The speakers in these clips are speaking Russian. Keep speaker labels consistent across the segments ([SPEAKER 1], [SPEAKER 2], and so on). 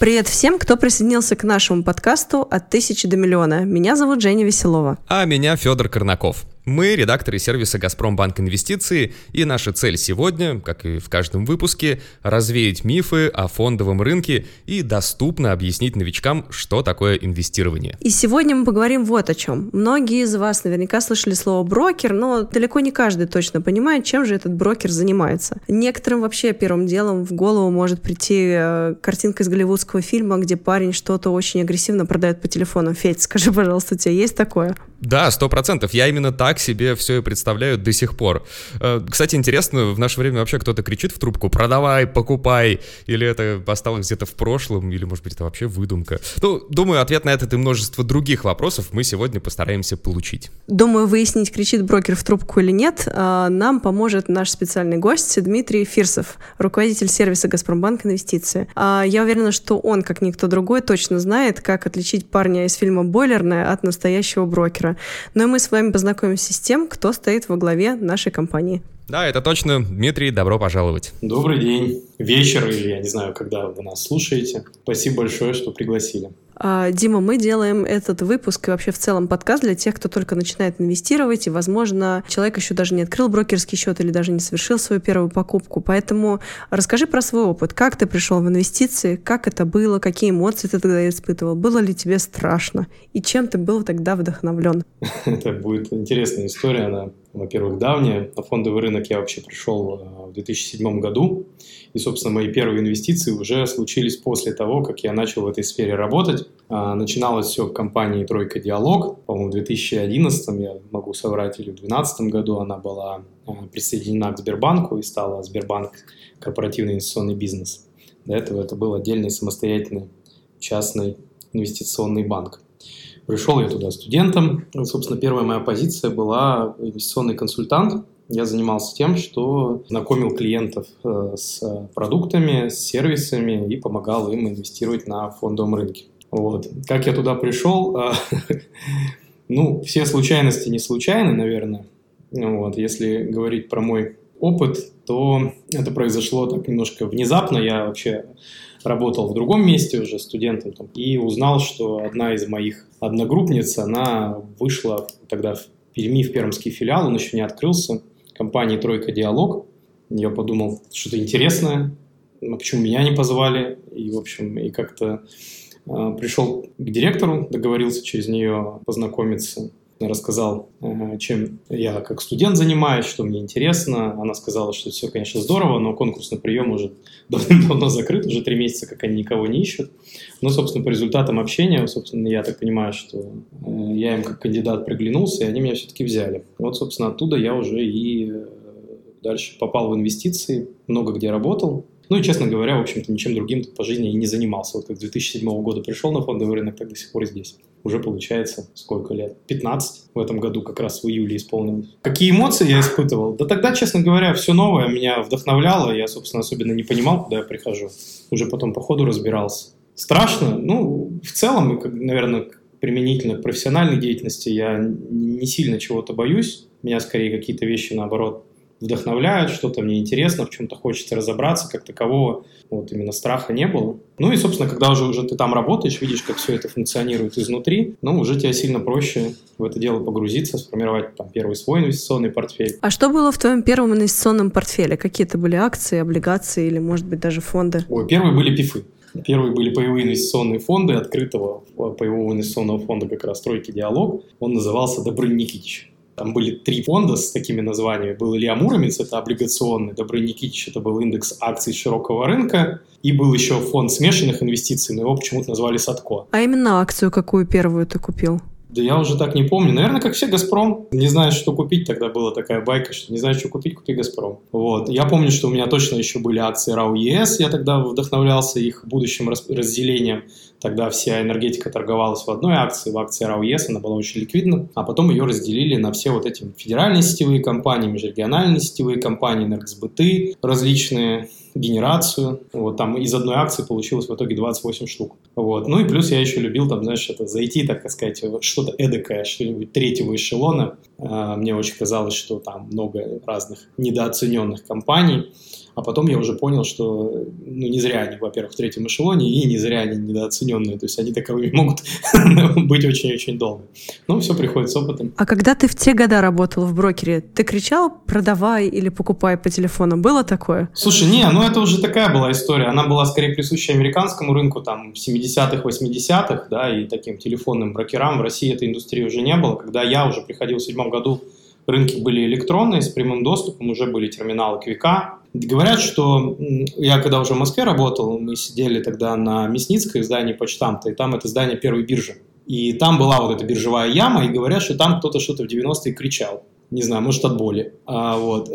[SPEAKER 1] Привет всем, кто присоединился к нашему подкасту «От 1000 до миллиона». Меня зовут Женя Веселова.
[SPEAKER 2] А меня Федор Корнаков. Мы редакторы сервиса «Газпромбанк Инвестиции», и наша цель сегодня, как и в каждом выпуске, развеять мифы о фондовом рынке и доступно объяснить новичкам, что такое инвестирование.
[SPEAKER 1] И сегодня мы поговорим вот о чем. Многие из вас наверняка слышали слово «брокер», но далеко не каждый точно понимает, чем же этот брокер занимается. Некоторым вообще первым делом в голову может прийти картинка из голливудского фильма, где парень что-то очень агрессивно продает по телефону. Федь, скажи, пожалуйста, у тебя есть такое?
[SPEAKER 2] Да, 100%. Я именно так себе все и представляю до сих пор. Кстати, интересно, в наше время вообще кто-то кричит в трубку «продавай, покупай», или это осталось где-то в прошлом, или, может быть, это вообще выдумка. Ну, думаю, ответ на этот и множество других вопросов мы сегодня постараемся получить.
[SPEAKER 1] Думаю, выяснить, кричит брокер в трубку или нет, нам поможет наш специальный гость Дмитрий Фирсов, руководитель сервиса «Газпромбанк Инвестиции». Я уверена, что он, как никто другой, точно знает, как отличить парня из фильма «Бойлерная» от настоящего брокера. Но и мы с вами познакомимся с тем, кто стоит во главе нашей компании.
[SPEAKER 2] Да, это точно. Дмитрий, добро пожаловать.
[SPEAKER 3] Добрый день. Вечер или я не знаю, когда вы нас слушаете. Спасибо большое, что пригласили.
[SPEAKER 1] Дима, мы делаем этот выпуск и вообще в целом подкаст для тех, кто только начинает инвестировать, и, возможно, человек еще даже не открыл брокерский счет или даже не совершил свою первую покупку. Поэтому расскажи про свой опыт. Как ты пришел в инвестиции? Как это было? Какие эмоции ты тогда испытывал? Было ли тебе страшно? И чем ты был тогда вдохновлен?
[SPEAKER 3] Это будет интересная история. Она, во-первых, давняя. На фондовый рынок я вообще пришел в 2007 году. И, собственно, мои первые инвестиции уже случились после того, как я начал в этой сфере работать. Начиналось все в компании «Тройка Диалог». По-моему, в 2011, я могу соврать, или в 2012 году она была присоединена к Сбербанку и стала Сбербанк корпоративный инвестиционный бизнес. До этого это был отдельный самостоятельный частный инвестиционный банк. Пришел я туда студентом. Собственно, первая моя позиция была инвестиционный консультант. Я занимался тем, что знакомил клиентов с продуктами, с сервисами и помогал им инвестировать на фондовом рынке. Вот. Как я туда пришел? Ну, все случайности не случайны, наверное. Вот. Если говорить про мой опыт, то это произошло так немножко внезапно. Я вообще работал в другом месте уже студентом и узнал, что одна из моих одногруппниц, она вышла тогда в Перми, в пермский филиал, он еще не открылся, компании «Тройка Диалог». Я подумал, что-то интересное, почему меня не позвали, и, в общем, и как-то пришел к директору, договорился через нее познакомиться, рассказал, чем я как студент занимаюсь, что мне интересно. Она сказала, что все, конечно, здорово, но конкурсный прием уже давно закрыт, уже 3 месяца, как они никого не ищут. Но, собственно, по результатам общения, собственно, я так понимаю, что я им как кандидат приглянулся, и они меня все-таки взяли. Вот, собственно, оттуда я уже и дальше попал в инвестиции, много где работал. Ну и, честно говоря, в общем-то, ничем другим по жизни и не занимался. Вот как с 2007 года пришел на фондовый рынок, так до сих пор здесь. Уже получается, сколько лет? 15 в этом году, как раз в июле исполнилось. Какие эмоции я испытывал? Да тогда, честно говоря, все новое меня вдохновляло. Я, собственно, особенно не понимал, куда я прихожу. Уже потом по ходу разбирался. Страшно? Ну, в целом, наверное, применительно к профессиональной деятельности я не сильно чего-то боюсь. Меня скорее какие-то вещи, наоборот, вдохновляют, что-то мне интересно, в чем-то хочется разобраться, как такового вот именно страха не было. Ну и, собственно, когда уже ты там работаешь, видишь, как все это функционирует изнутри, ну, уже тебе сильно проще в это дело погрузиться, сформировать там первый свой инвестиционный портфель.
[SPEAKER 1] А что было в твоем первом инвестиционном портфеле? Какие-то были акции, облигации или, может быть, даже фонды?
[SPEAKER 3] Первые были ПИФы. Первые были паевые инвестиционные фонды открытого паевого инвестиционного фонда как раз «Тройки Диалог». Он назывался «Добрынь Никитич». Там были 3 фонда с такими названиями. Был Илья Муромец, это облигационный, Добрынь Никитич, это был индекс акций широкого рынка, и был еще фонд смешанных инвестиций, но его почему-то назвали Садко.
[SPEAKER 1] А именно акцию какую первую ты купил?
[SPEAKER 3] Да я уже так не помню. Наверное, как все, «Газпром». Не знаешь, что купить. Тогда была такая байка, что не знаешь, что купить, купи «Газпром». Вот. Я помню, что у меня точно еще были акции РАО ЕС. Я тогда вдохновлялся их будущим разделением. Тогда вся энергетика торговалась в одной акции, в акции РАО ЕС, она была очень ликвидна, а потом ее разделили на все вот эти федеральные сетевые компании, межрегиональные сетевые компании, энергосбыты различные, генерацию. Вот там из одной акции получилось в итоге 28 штук. Вот. Ну и плюс я еще любил там, знаешь, это зайти, так сказать, что-то эдакое, что-нибудь третьего эшелона. Мне очень казалось, что там много разных недооцененных компаний. А потом я уже понял, что не зря они, во-первых, в третьем эшелоне, и не зря они недооцененные. То есть они таковыми могут быть очень-очень долго. Но все приходит с опытом.
[SPEAKER 1] А когда ты в те года работал в брокере, ты кричал «продавай» или «покупай» по телефону? Было такое?
[SPEAKER 3] Слушай, это уже такая была история. Она была скорее присуща американскому рынку, там, 70-х, 80-х, да, и таким телефонным брокерам. В России этой индустрии уже не было. Когда я уже приходил в 2007 году, рынки были электронные, с прямым доступом, уже были терминалы Квика. Говорят, что я когда уже в Москве работал, мы сидели тогда на Мясницкой, в здании почтамта, и там это здание первой биржи. И там была вот эта биржевая яма, и говорят, что там кто-то что-то в 90-е кричал. Не знаю, может, от боли. Вот.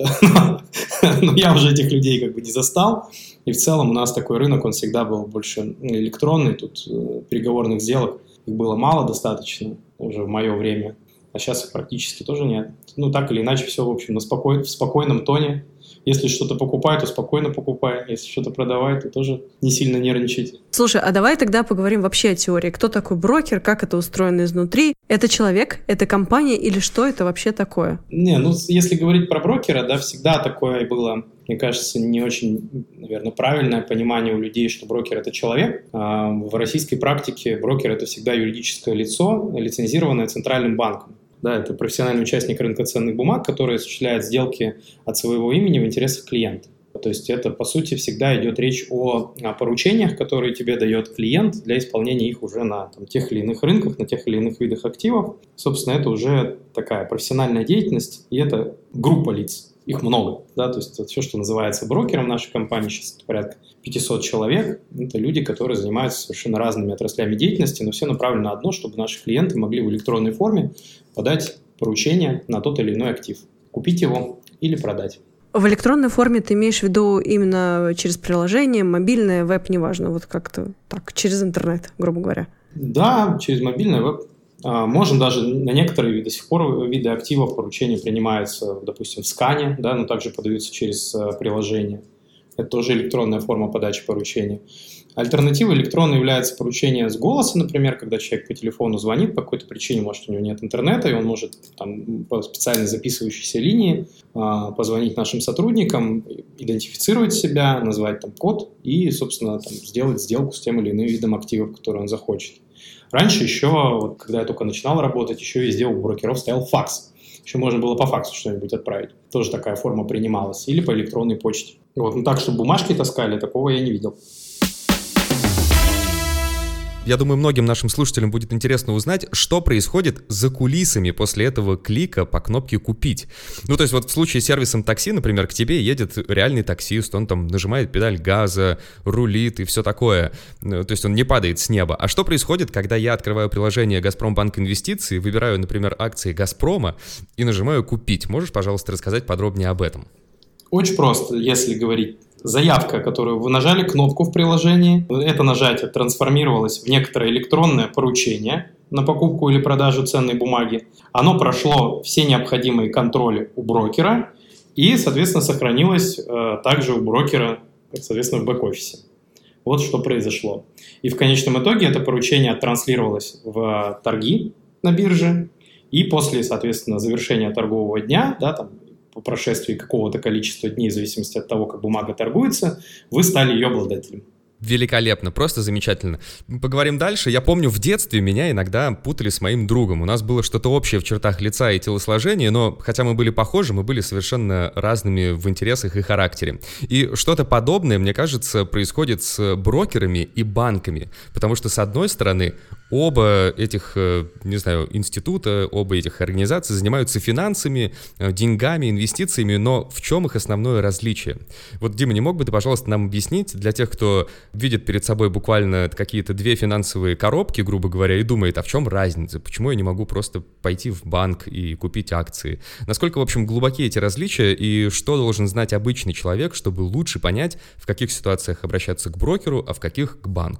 [SPEAKER 3] Но я уже этих людей как бы не застал. И в целом у нас такой рынок, он всегда был больше электронный. Тут переговорных сделок их было мало достаточно уже в мое время. А сейчас их практически тоже нет. Так или иначе, все, в общем, в спокойном тоне. Если что-то покупай, то спокойно покупай. Если что-то продавай, то тоже не сильно нервничать.
[SPEAKER 1] Слушай, а давай тогда поговорим вообще о теории. Кто такой брокер, как это устроено изнутри? Это человек, это компания или что это вообще такое?
[SPEAKER 3] Если говорить про брокера, да, всегда такое было, мне кажется, не очень, наверное, правильное понимание у людей, что брокер – это человек. В российской практике брокер – это всегда юридическое лицо, лицензированное Центральным банком. Да, это профессиональный участник рынка ценных бумаг, который осуществляет сделки от своего имени в интересах клиента. То есть это, по сути, всегда идет речь о поручениях, которые тебе дает клиент для исполнения их уже на тех или иных рынках, на тех или иных видах активов. Собственно, это уже такая профессиональная деятельность, и это группа лиц. Их много, да, то есть это все, что называется брокером в нашей компании, сейчас порядка 500 человек, это люди, которые занимаются совершенно разными отраслями деятельности, но все направлено на одно, чтобы наши клиенты могли в электронной форме подать поручение на тот или иной актив, купить его или продать.
[SPEAKER 1] В электронной форме ты имеешь в виду именно через приложение, мобильное, веб, неважно, вот как-то так, через интернет, грубо говоря?
[SPEAKER 3] Да, через мобильное, веб. Можем даже на некоторые до сих пор виды активов поручения принимаются, допустим, в скане, да, но также подаются через приложение. Это тоже электронная форма подачи поручения. Альтернативой электронной является поручение с голоса, например, когда человек по телефону звонит, по какой-то причине, может, у него нет интернета, и он может по специально записывающейся линии позвонить нашим сотрудникам, идентифицировать себя, назвать код и, собственно, сделать сделку с тем или иным видом активов, который он захочет. Раньше еще, когда я только начинал работать, еще везде у брокеров стоял факс. Еще можно было по факсу что-нибудь отправить. Тоже такая форма принималась. Или по электронной почте. Так, чтобы бумажки таскали, такого я не видел.
[SPEAKER 2] Я думаю, многим нашим слушателям будет интересно узнать, что происходит за кулисами после этого клика по кнопке «Купить». То есть вот в случае с сервисом такси, например, к тебе едет реальный таксист, он там нажимает педаль газа, рулит и все такое. То есть он не падает с неба. А что происходит, когда я открываю приложение «Газпромбанк Инвестиции», выбираю, например, акции «Газпрома» и нажимаю «Купить»? Можешь, пожалуйста, рассказать подробнее об этом?
[SPEAKER 3] Очень просто, если говорить. Заявка, которую вы нажали кнопку в приложении, это нажатие трансформировалось в некоторое электронное поручение на покупку или продажу ценной бумаги. Оно прошло все необходимые контроли у брокера и, соответственно, сохранилось также у брокера, соответственно, в бэк-офисе. Вот что произошло. И в конечном итоге это поручение оттранслировалось в торги на бирже, и после, соответственно, завершения торгового дня, по прошествии какого-то количества дней, в зависимости от того, как бумага торгуется, вы стали ее обладателем.
[SPEAKER 2] Великолепно, просто замечательно. Поговорим дальше. Я помню, в детстве меня иногда путали с моим другом. У нас было что-то общее в чертах лица и телосложения, но хотя мы были похожи, мы были совершенно разными в интересах и характере. И что-то подобное, мне кажется, происходит с брокерами и банками. Потому что, с одной стороны, оба этих, института, оба этих организаций занимаются финансами, деньгами, инвестициями, но в чем их основное различие? Вот, Дима, не мог бы ты, пожалуйста, нам объяснить для тех, кто видит перед собой буквально какие-то две финансовые коробки, грубо говоря, и думает, а в чем разница? Почему я не могу просто пойти в банк и купить акции? Насколько, в общем, глубоки эти различия и что должен знать обычный человек, чтобы лучше понять, в каких ситуациях обращаться к брокеру, а в каких к банку?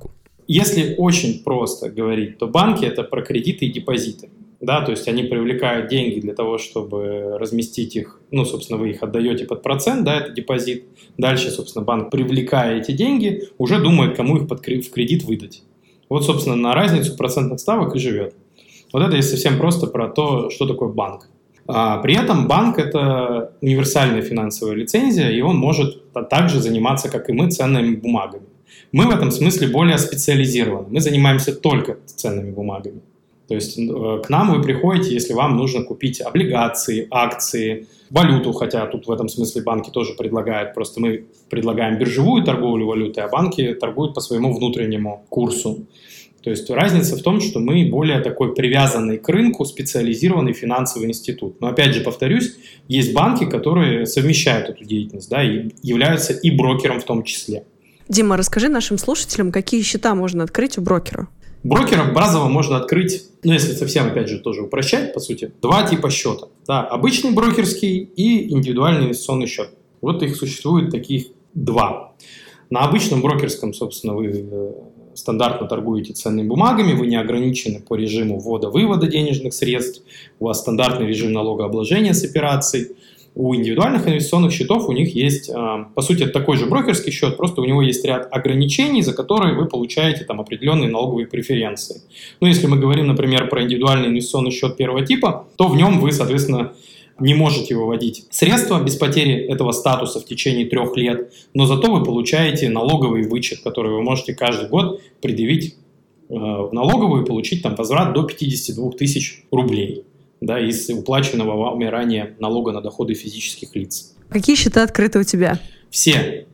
[SPEAKER 3] Если очень просто говорить, то банки – это про кредиты и депозиты. Да, то есть они привлекают деньги для того, чтобы разместить их, ну, собственно, вы их отдаете под процент, да, это депозит. Дальше, собственно, банк, привлекая эти деньги, уже думает, кому их в кредит выдать. Вот, собственно, на разницу процентных ставок и живет. Вот это если совсем просто про то, что такое банк. При этом банк – это универсальная финансовая лицензия, и он может также заниматься, как и мы, ценными бумагами. Мы в этом смысле более специализированы. Мы занимаемся только ценными бумагами. То есть к нам вы приходите, если вам нужно купить облигации, акции, валюту, хотя тут в этом смысле банки тоже предлагают. Просто мы предлагаем биржевую торговлю валютой, а банки торгуют по своему внутреннему курсу. То есть разница в том, что мы более такой привязанный к рынку, специализированный финансовый институт. Но опять же повторюсь, есть банки, которые совмещают эту деятельность, да, и являются и брокером в том числе.
[SPEAKER 1] Дима, расскажи нашим слушателям, какие счета можно открыть у брокера?
[SPEAKER 3] Брокера базово можно открыть, ну, если совсем, опять же, тоже упрощать, по сути, два типа счета. Да, обычный брокерский и индивидуальный инвестиционный счет. Вот их существует таких два. На обычном брокерском, собственно, вы стандартно торгуете ценными бумагами, вы не ограничены по режиму ввода-вывода денежных средств, у вас стандартный режим налогообложения с операций. У индивидуальных инвестиционных счетов у них есть, по сути, это такой же брокерский счет, просто у него есть ряд ограничений, за которые вы получаете там определенные налоговые преференции. Ну, если мы говорим, например, про индивидуальный инвестиционный счет первого типа, то в нем вы, соответственно, не можете выводить средства без потери этого статуса в течение 3 лет, но зато вы получаете налоговый вычет, который вы можете каждый год предъявить в налоговую и получить там возврат до 52 тысяч рублей. Да, из уплаченного вами ранее налога на доходы физических лиц.
[SPEAKER 1] Какие счета открыты у тебя?
[SPEAKER 3] Все.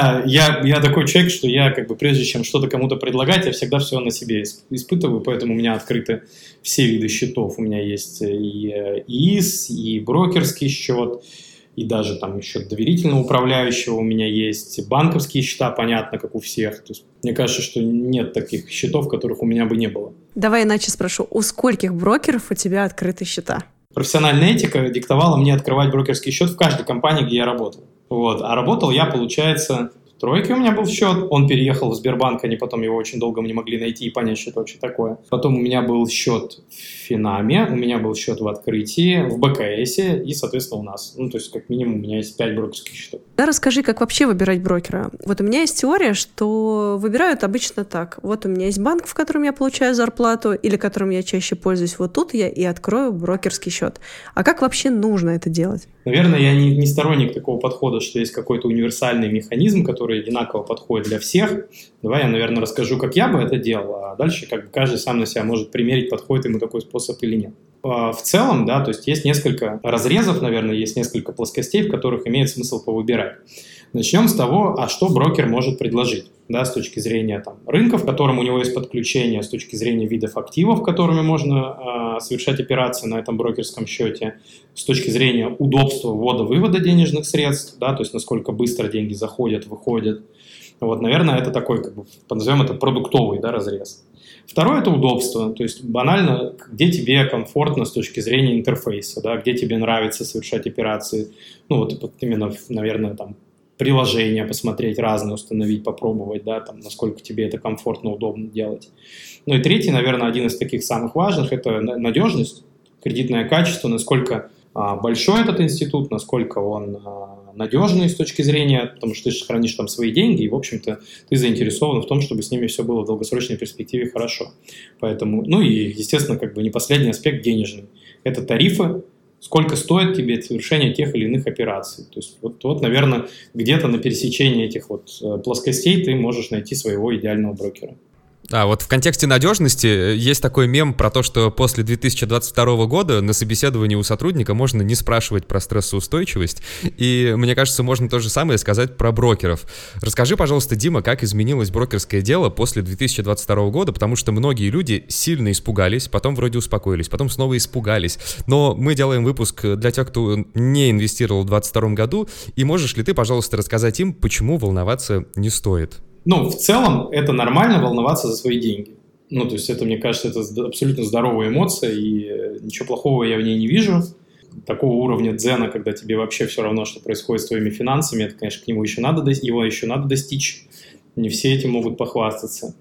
[SPEAKER 3] Я такой человек, что я прежде чем что-то кому-то предлагать, я всегда все на себе испытываю, поэтому у меня открыты все виды счетов. У меня есть и ИИС, и брокерский счет, и даже там счет доверительного управляющего у меня есть, банковские счета, понятно, как у всех. То есть, мне кажется, что нет таких счетов, которых у меня бы не было.
[SPEAKER 1] Давай иначе спрошу, у скольких брокеров у тебя открыты счета?
[SPEAKER 3] Профессиональная этика диктовала мне открывать брокерский счет в каждой компании, где я работал. Вот. А работал я, получается, в Тройке у меня был счет, он переехал в Сбербанк, они потом его очень долго не могли найти и понять, что это вообще такое. Потом у меня был счет в Финаме, у меня был счет в Открытии, в БКСе и, соответственно, у нас. Ну, то есть, как минимум, у меня есть 5 брокерских счетов.
[SPEAKER 1] Да, расскажи, как вообще выбирать брокера. Вот у меня есть теория, что выбирают обычно так. Вот у меня есть банк, в котором я получаю зарплату, или которым я чаще пользуюсь. Вот тут я и открою брокерский счет. А как вообще нужно это делать?
[SPEAKER 3] Наверное, я не сторонник такого подхода, что есть какой-то универсальный механизм, который одинаково подходит для всех. Давай я, наверное, расскажу, как я бы это делал, а дальше каждый сам на себя может примерить, подходит ему такой способ или нет. В целом, да, то есть есть несколько разрезов, наверное, есть несколько плоскостей, в которых имеет смысл повыбирать. Начнем с того, а что брокер может предложить, да, с точки зрения там, рынка, в котором у него есть подключение, с точки зрения видов активов, которыми можно совершать операции на этом брокерском счете, с точки зрения удобства ввода-вывода денежных средств, да, то есть насколько быстро деньги заходят, выходят. Вот, наверное, это такой, назовем это продуктовый, да, разрез. Второе – это удобство, то есть банально, где тебе комфортно с точки зрения интерфейса, да, где тебе нравится совершать операции, ну вот именно, наверное, там приложения посмотреть разные, установить, попробовать, да, там, насколько тебе это комфортно, удобно делать. Ну и третий, наверное, один из таких самых важных – это надежность, кредитное качество, насколько большой этот институт, насколько он надежный с точки зрения, потому что ты же хранишь там свои деньги, и, в общем-то, ты заинтересован в том, чтобы с ними все было в долгосрочной перспективе хорошо. Поэтому, ну и, естественно, не последний аспект денежный. Это тарифы, сколько стоит тебе совершение тех или иных операций. То есть вот, наверное, где-то на пересечении этих вот плоскостей ты можешь найти своего идеального брокера.
[SPEAKER 2] А вот в контексте надежности есть такой мем про то, что после 2022 года на собеседовании у сотрудника можно не спрашивать про стрессоустойчивость, и мне кажется, можно то же самое сказать про брокеров. Расскажи, пожалуйста, Дима, как изменилось брокерское дело после 2022 года, потому что многие люди сильно испугались, потом вроде успокоились, потом снова испугались, но мы делаем выпуск для тех, кто не инвестировал в 2022 году, и можешь ли ты, пожалуйста, рассказать им, почему волноваться не стоит?
[SPEAKER 3] Ну, в целом, это нормально волноваться за свои деньги. Ну, то есть это, мне кажется, это абсолютно здоровая эмоция, и ничего плохого я в ней не вижу. Такого уровня дзена, когда тебе вообще все равно, что происходит с твоими финансами, это, конечно, его еще надо достичь. Не все этим могут похвастаться.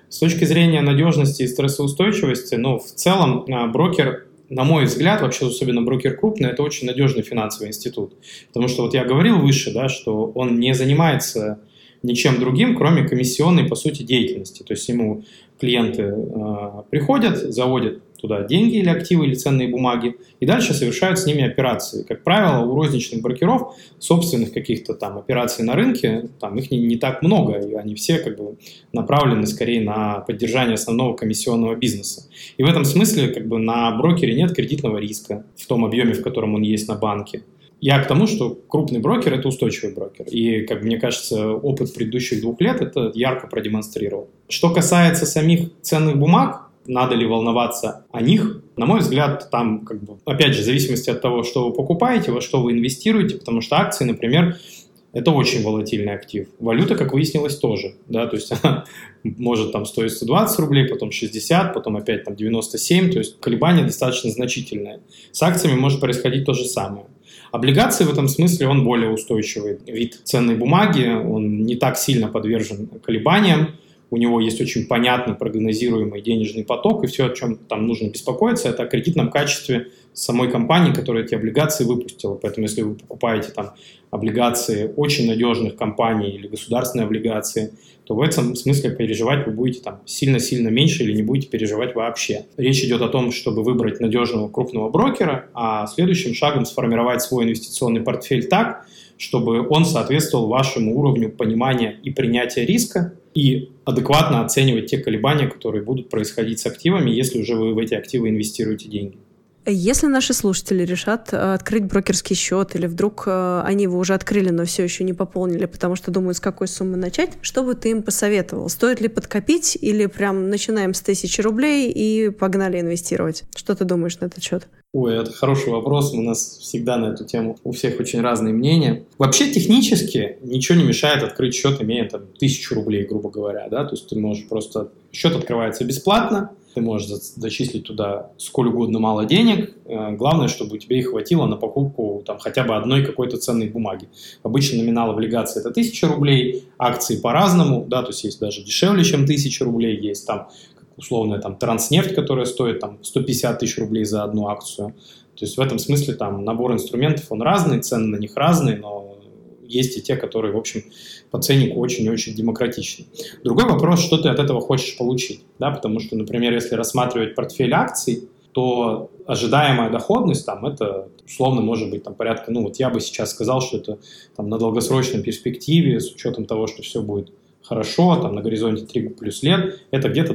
[SPEAKER 3] С точки зрения надежности и стрессоустойчивости, в целом брокер, на мой взгляд, вообще особенно брокер крупный, это очень надежный финансовый институт. Потому что я говорил выше, что он не занимается ничем другим, кроме комиссионной, по сути, деятельности. То есть ему клиенты приходят, заводят туда деньги или активы, или ценные бумаги, и дальше совершают с ними операции. Как правило, у розничных брокеров собственных каких-то операций на рынке, их не так много, и они все направлены скорее на поддержание основного комиссионного бизнеса. И в этом смысле на брокере нет кредитного риска в том объеме, в котором он есть на банке. Я к тому, что крупный брокер – это устойчивый брокер. И, мне кажется, опыт предыдущих 2 лет это ярко продемонстрировал. Что касается самих ценных бумаг, надо ли волноваться о них, на мой взгляд, там, опять же, в зависимости от того, что вы покупаете, во что вы инвестируете, потому что акции, например, это очень волатильный актив. Валюта, как выяснилось, тоже. То есть она может стоить 120 рублей, потом 60, потом опять 97, то есть колебания достаточно значительные. С акциями может происходить то же самое. Облигации в этом смысле он более устойчивый вид ценной бумаги, он не так сильно подвержен колебаниям, у него есть очень понятный прогнозируемый денежный поток, и все, о чем там нужно беспокоиться, это о кредитном качестве самой компании, которая эти облигации выпустила. Поэтому если вы покупаете облигации очень надежных компаний или государственные облигации, то в этом смысле переживать вы будете сильно-сильно меньше или не будете переживать вообще. Речь идет о том, чтобы выбрать надежного крупного брокера, а следующим шагом сформировать свой инвестиционный портфель так, чтобы он соответствовал вашему уровню понимания и принятия риска и адекватно оценивать те колебания, которые будут происходить с активами, если уже вы в эти активы инвестируете деньги.
[SPEAKER 1] Если наши слушатели решат открыть брокерский счет, или вдруг они его уже открыли, но все еще не пополнили, потому что думают, с какой суммы начать, что бы ты им посоветовал? Стоит ли подкопить или прям начинаем с 1000 рублей и погнали инвестировать? Что ты думаешь на этот счет?
[SPEAKER 3] Ой, это хороший вопрос. У нас всегда на эту тему у всех очень разные мнения. Вообще технически ничего не мешает открыть счет, имея 1000 рублей, грубо говоря. То есть ты можешь просто... Счет открывается бесплатно, ты можешь зачислить туда сколь угодно мало денег. Главное, чтобы у тебя их хватило на покупку хотя бы одной какой-то ценной бумаги. Обычно номинал облигации – это 1000 рублей, акции по-разному, то есть есть даже дешевле, чем 1000 рублей, есть условно Транснефть, которая стоит 150 тысяч рублей за одну акцию. То есть в этом смысле набор инструментов, он разный, цены на них разные, но есть и те, которые, в общем, по ценнику очень и очень демократичны. Другой вопрос, что ты от этого хочешь получить. Потому что, например, если рассматривать портфель акций, то ожидаемая доходность это условно может быть порядка, я бы сейчас сказал, что это на долгосрочной перспективе, с учетом того, что все будет хорошо, на горизонте 3 плюс лет, это где-то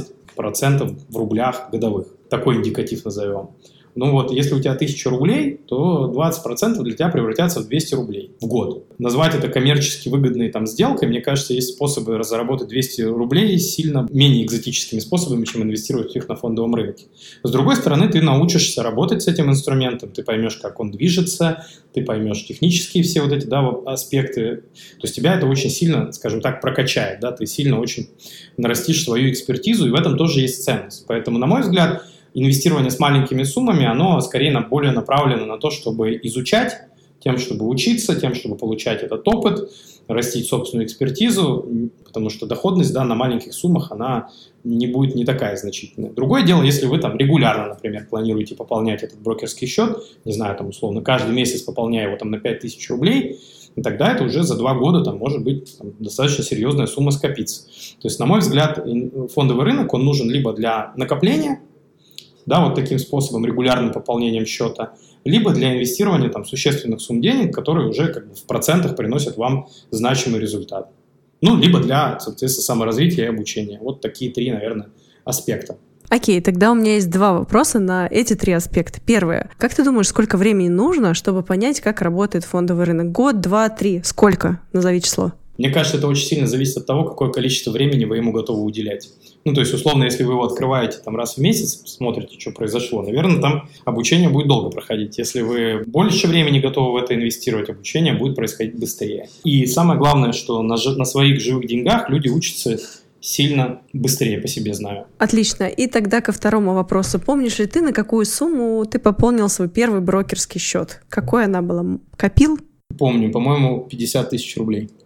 [SPEAKER 3] 20% в рублях годовых. Такой индикатив назовем. Если у тебя 1000 рублей, то 20% для тебя превратятся в 200 рублей в год. Назвать это коммерчески выгодной сделкой, мне кажется, есть способы заработать 200 рублей сильно менее экзотическими способами, чем инвестировать их на фондовом рынке. С другой стороны, ты научишься работать с этим инструментом, ты поймешь, как он движется, ты поймешь технические все эти аспекты. То есть тебя это очень сильно, скажем так, прокачает, ты сильно очень нарастишь свою экспертизу, и в этом тоже есть ценность. Поэтому, на мой взгляд, инвестирование с маленькими суммами, оно скорее более направлено на то, чтобы изучать, тем, чтобы учиться, тем, чтобы получать этот опыт, растить собственную экспертизу, потому что доходность на маленьких суммах, она не будет не такая значительная. Другое дело, если вы регулярно, например, планируете пополнять этот брокерский счет, не знаю, условно, каждый месяц пополняя его на 5000 рублей, тогда это уже за 2 года может быть достаточно серьезная сумма скопиться. То есть, на мой взгляд, фондовый рынок, он нужен либо для накопления, таким способом, регулярным пополнением счета, либо для инвестирования существенных сумм денег, которые уже в процентах приносят вам значимый результат. Либо для, соответственно, саморазвития и обучения. Вот такие 3, наверное, аспекта.
[SPEAKER 1] Окей, тогда у меня есть 2 вопроса на эти 3 аспекта. Первое. Как ты думаешь, сколько времени нужно, чтобы понять, как работает фондовый рынок? Год, 2, 3? Сколько? Назови число.
[SPEAKER 3] Мне кажется, это очень сильно зависит от того, какое количество времени вы ему готовы уделять. То есть, условно, если вы его открываете раз в месяц, смотрите, что произошло, наверное, там обучение будет долго проходить. Если вы больше времени готовы в это инвестировать, обучение будет происходить быстрее. И самое главное, что на своих живых деньгах люди учатся сильно быстрее, по себе знаю.
[SPEAKER 1] Отлично. И тогда ко второму вопросу. Помнишь ли ты, на какую сумму ты пополнил свой первый брокерский счет? Какой она была? Копил?
[SPEAKER 3] Помню, по-моему, 50 тысяч рублей.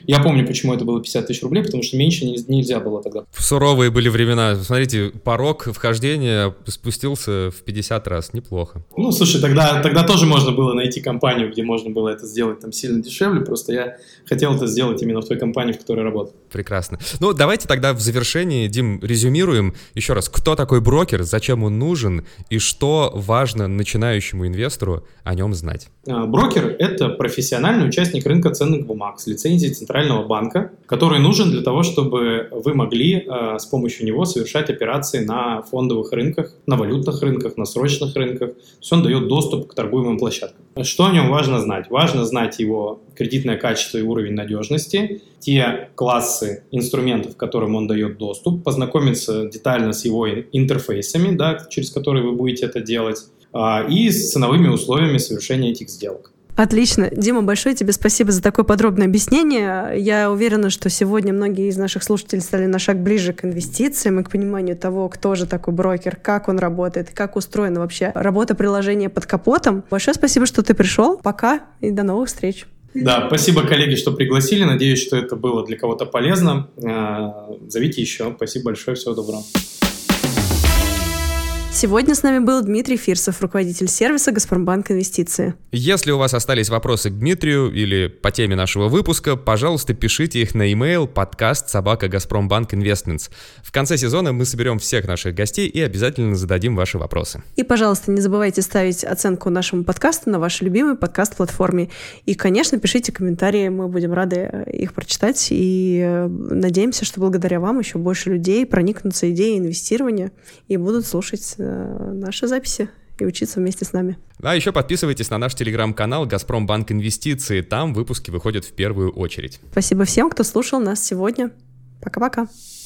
[SPEAKER 3] Я помню, почему это было 50 тысяч рублей, потому что меньше нельзя было тогда.
[SPEAKER 2] Суровые были времена. Смотрите, порог вхождения спустился в 50 раз. Неплохо.
[SPEAKER 3] Ну, слушай, тогда тоже можно было найти компанию, где можно было это сделать там сильно дешевле. Просто я хотел это сделать именно в той компании, в которой работал.
[SPEAKER 2] Прекрасно. Ну, давайте тогда в завершении, Дим, резюмируем еще раз. Кто такой брокер, зачем он нужен и что важно начинающему инвестору о нем знать?
[SPEAKER 3] Брокер – это профессиональный участник рынка ценных бумаг с лицензией Центрального банка, который нужен для того, чтобы вы могли с помощью него совершать операции на фондовых рынках, на валютных рынках, на срочных рынках. То есть он дает доступ к торгуемым площадкам. Что о нем важно знать? Важно знать его кредитное качество и уровень надежности, те классы инструментов, к которым он дает доступ, познакомиться детально с его интерфейсами, да, через которые вы будете это делать, и с ценовыми условиями совершения этих сделок.
[SPEAKER 1] Отлично. Дима, большое тебе спасибо за такое подробное объяснение. Я уверена, что сегодня многие из наших слушателей стали на шаг ближе к инвестициям и к пониманию того, кто же такой брокер, как он работает, как устроена вообще работа приложения под капотом. Большое спасибо, что ты пришел. Пока и до новых встреч.
[SPEAKER 3] Да, спасибо, коллеги, что пригласили. Надеюсь, что это было для кого-то полезно. Зовите еще. Спасибо большое. Всего доброго.
[SPEAKER 1] Сегодня с нами был Дмитрий Фирсов, руководитель сервиса «Газпромбанк Инвестиции».
[SPEAKER 2] Если у вас остались вопросы к Дмитрию или по теме нашего выпуска, пожалуйста, пишите их на e-mail podcast@газпромбанк-инвестментс. В конце сезона мы соберем всех наших гостей и обязательно зададим ваши вопросы.
[SPEAKER 1] И, пожалуйста, не забывайте ставить оценку нашему подкасту на вашей любимой подкаст-платформе. И, конечно, пишите комментарии, мы будем рады их прочитать. И надеемся, что благодаря вам еще больше людей проникнутся идеей инвестирования и будут слушать наши записи и учиться вместе с нами.
[SPEAKER 2] А еще подписывайтесь на наш телеграм-канал «Газпромбанк Инвестиции». Там выпуски выходят в первую очередь.
[SPEAKER 1] Спасибо всем, кто слушал нас сегодня. Пока-пока.